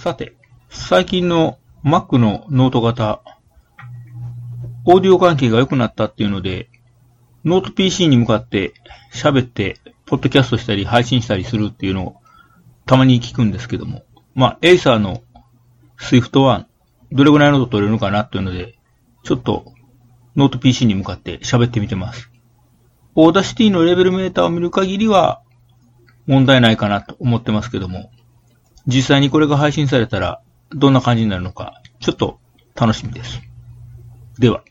さて、最近の Mac のノート型、オーディオ関係が良くなったっていうので、ノート PC に向かって喋って、ポッドキャストしたり配信したりするっていうのをたまに聞くんですけども、エイサーの Swift One、どれぐらいの音取れるのかなっていうので、ちょっとノート PC に向かって喋ってみてます。オーダーシティのレベルメーターを見る限りは問題ないかなと思ってますけども、実際にこれが配信されたらどんな感じになるのか、ちょっと楽しみです。では。